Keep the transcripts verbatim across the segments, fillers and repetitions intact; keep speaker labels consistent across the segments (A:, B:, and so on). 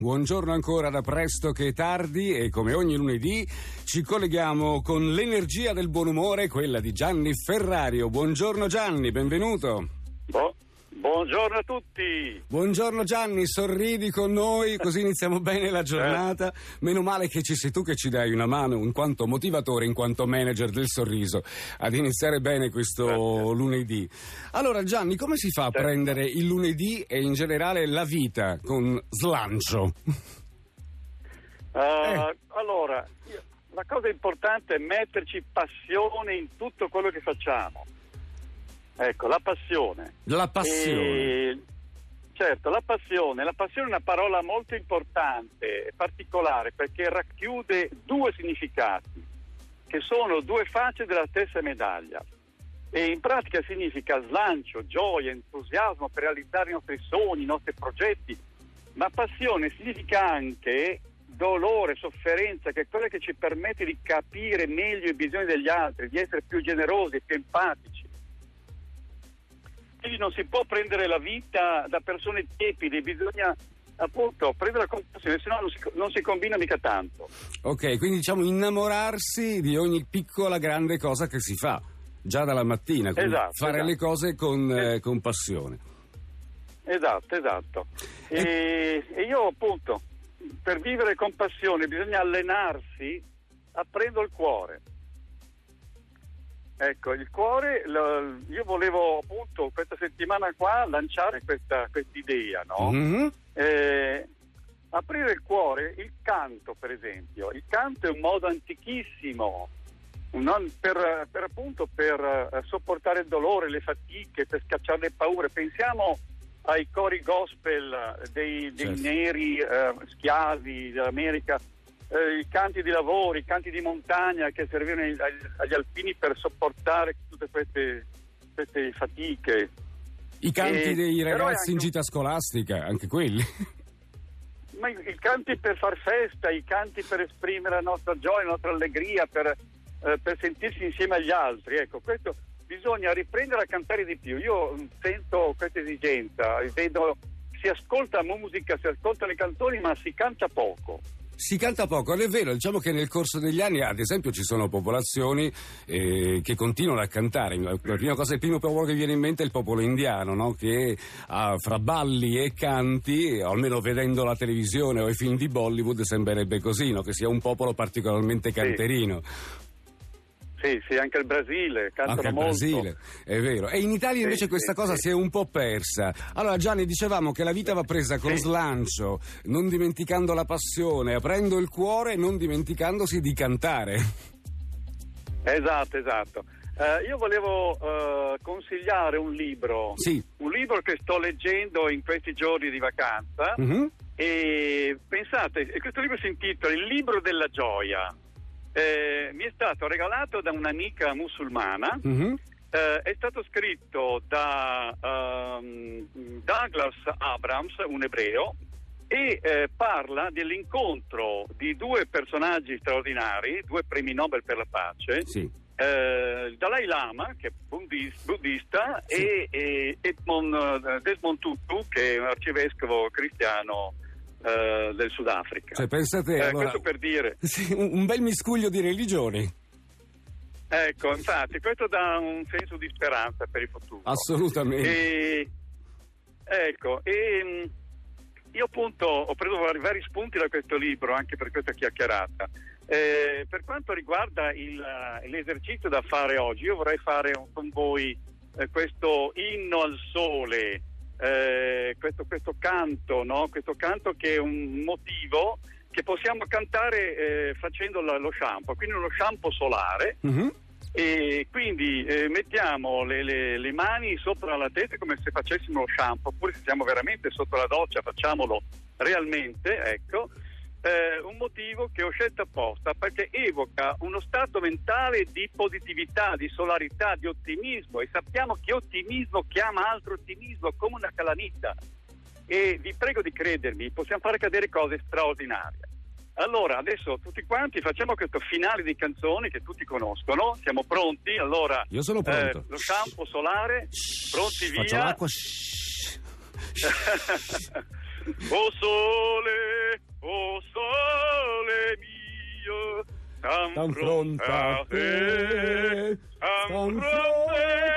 A: Buongiorno ancora da presto che tardi e come ogni lunedì ci colleghiamo con l'energia del buon umore, quella di Gianni Ferrario. Buongiorno Gianni, benvenuto.
B: Bu- buongiorno a tutti.
A: Buongiorno Gianni, sorridi con noi così iniziamo bene la giornata. Meno male che ci sei tu che ci dai una mano in quanto motivatore, in quanto manager del sorriso ad iniziare bene questo Grazie. lunedì. Allora Gianni, come si fa a certo. prendere il lunedì e in generale la vita con slancio?
B: Uh, eh. Allora, la cosa importante è metterci passione in tutto quello che facciamo. Ecco, la passione.
A: La passione.
B: E, certo, la passione. La passione è una parola molto importante e particolare perché racchiude due significati che sono due facce della stessa medaglia. E in pratica significa slancio, gioia, entusiasmo per realizzare i nostri sogni, i nostri progetti. Ma passione significa anche dolore, sofferenza, che è quella che ci permette di capire meglio i bisogni degli altri, di essere più generosi, più empatici. Quindi non si può prendere la vita da persone tiepide, bisogna appunto prendere la compassione, se no non si, non si combina mica tanto.
A: Ok, quindi diciamo innamorarsi di ogni piccola grande cosa che si fa, già dalla mattina, esatto, fare esatto. le cose con, eh, con passione.
B: Esatto, esatto. E, e io appunto, per vivere con passione bisogna allenarsi aprendo il cuore. Ecco, il cuore, lo, io volevo appunto questa settimana qua lanciare questa idea, no? Mm-hmm. Eh, aprire il cuore, il canto per esempio. Il canto è un modo antichissimo non, per, per appunto per uh, sopportare il dolore, le fatiche, per scacciare le paure. Pensiamo ai cori gospel dei, dei certo. neri uh, schiavi dell'America. Eh, i canti di lavoro, i canti di montagna che servivano agli, agli alpini per sopportare tutte queste, queste fatiche.
A: I canti e, dei ragazzi in gita
B: un...
A: scolastica, anche quelli.
B: Ma i, i canti per far festa, i canti per esprimere la nostra gioia, la nostra allegria, per, eh, per sentirsi insieme agli altri. Ecco, questo bisogna riprendere a cantare di più. Io sento questa esigenza, vedo, si ascolta musica, si ascoltano le canzoni, ma si canta poco.
A: Si canta poco, è vero, diciamo che nel corso degli anni ad esempio ci sono popolazioni eh, che continuano a cantare. La prima cosa, il primo popolo che viene in mente è il popolo indiano, no? Che ah, fra balli e canti, almeno vedendo la televisione o i film di Bollywood sembrerebbe così, no? Che sia un popolo particolarmente canterino.
B: Sì. Sì, sì, anche il Brasile, cantano
A: anche il
B: molto.
A: Brasile, è vero. E in Italia invece sì, questa sì, cosa sì. si è un po' persa. Allora Gianni, dicevamo che la vita va presa con sì. slancio, non dimenticando la passione, aprendo il cuore e non dimenticandosi di cantare.
B: Esatto, esatto. Uh, io volevo uh, consigliare un libro,
A: sì.
B: un libro che sto leggendo in questi giorni di vacanza
A: mm-hmm.
B: e pensate, questo libro si intitola Il libro della gioia. Eh, mi è stato regalato da un'amica musulmana, mm-hmm. eh, è stato scritto da um, Douglas Abrams, un ebreo, e eh, parla dell'incontro di due personaggi straordinari, due premi Nobel per la pace,
A: sì.
B: eh, il Dalai Lama, che è buddis- buddista, sì. e, e Edmond, Desmond Tutu, che è un arcivescovo cristiano Uh, del Sudafrica.
A: Cioè, pensate,
B: eh,
A: allora,
B: questo per dire
A: sì, un, un bel miscuglio di religioni.
B: Ecco, infatti, questo dà un senso di speranza per il futuro.
A: Assolutamente.
B: E, ecco, e io appunto ho preso vari, vari spunti da questo libro, anche per questa chiacchierata. Eh, per quanto riguarda il, l'esercizio da fare oggi, io vorrei fare con voi eh, questo inno al sole. Eh, questo, questo canto, no? Questo canto che è un motivo che possiamo cantare eh, facendo la, lo shampoo, quindi uno shampoo solare, mm-hmm. e quindi eh, mettiamo le, le, le mani sopra la testa come se facessimo lo shampoo, oppure se siamo veramente sotto la doccia facciamolo realmente, ecco. Eh, un motivo che ho scelto apposta perché evoca uno stato mentale di positività, di solarità, di ottimismo, e sappiamo che ottimismo chiama altro ottimismo come una calamita, e vi prego di credermi, possiamo fare cadere cose straordinarie. Allora adesso tutti quanti facciamo questo finale di canzoni che tutti conoscono, siamo pronti? Allora
A: io sono pronto.
B: Eh, lo shampoo solare, pronti via.
A: Faccio l'acqua.
B: O sole, o sole mio, tan
A: Tan
B: pronta a te, tan
A: tan
B: pronta a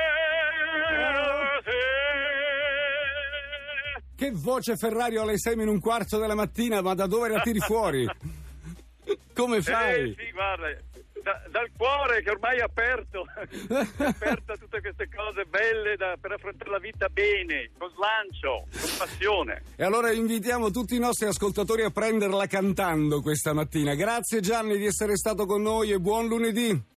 B: te.
A: Che voce, Ferrario, alle sei meno un quarto della mattina, ma da dove la tiri fuori? Come fai?
B: Eh sì, guarda, da, dal cuore che ormai è aperto, è aperto a tutte queste cose belle da, per affrontare la vita bene, con slancio, con passione.
A: E allora invitiamo tutti i nostri ascoltatori a prenderla cantando questa mattina. Grazie Gianni di essere stato con noi e buon lunedì.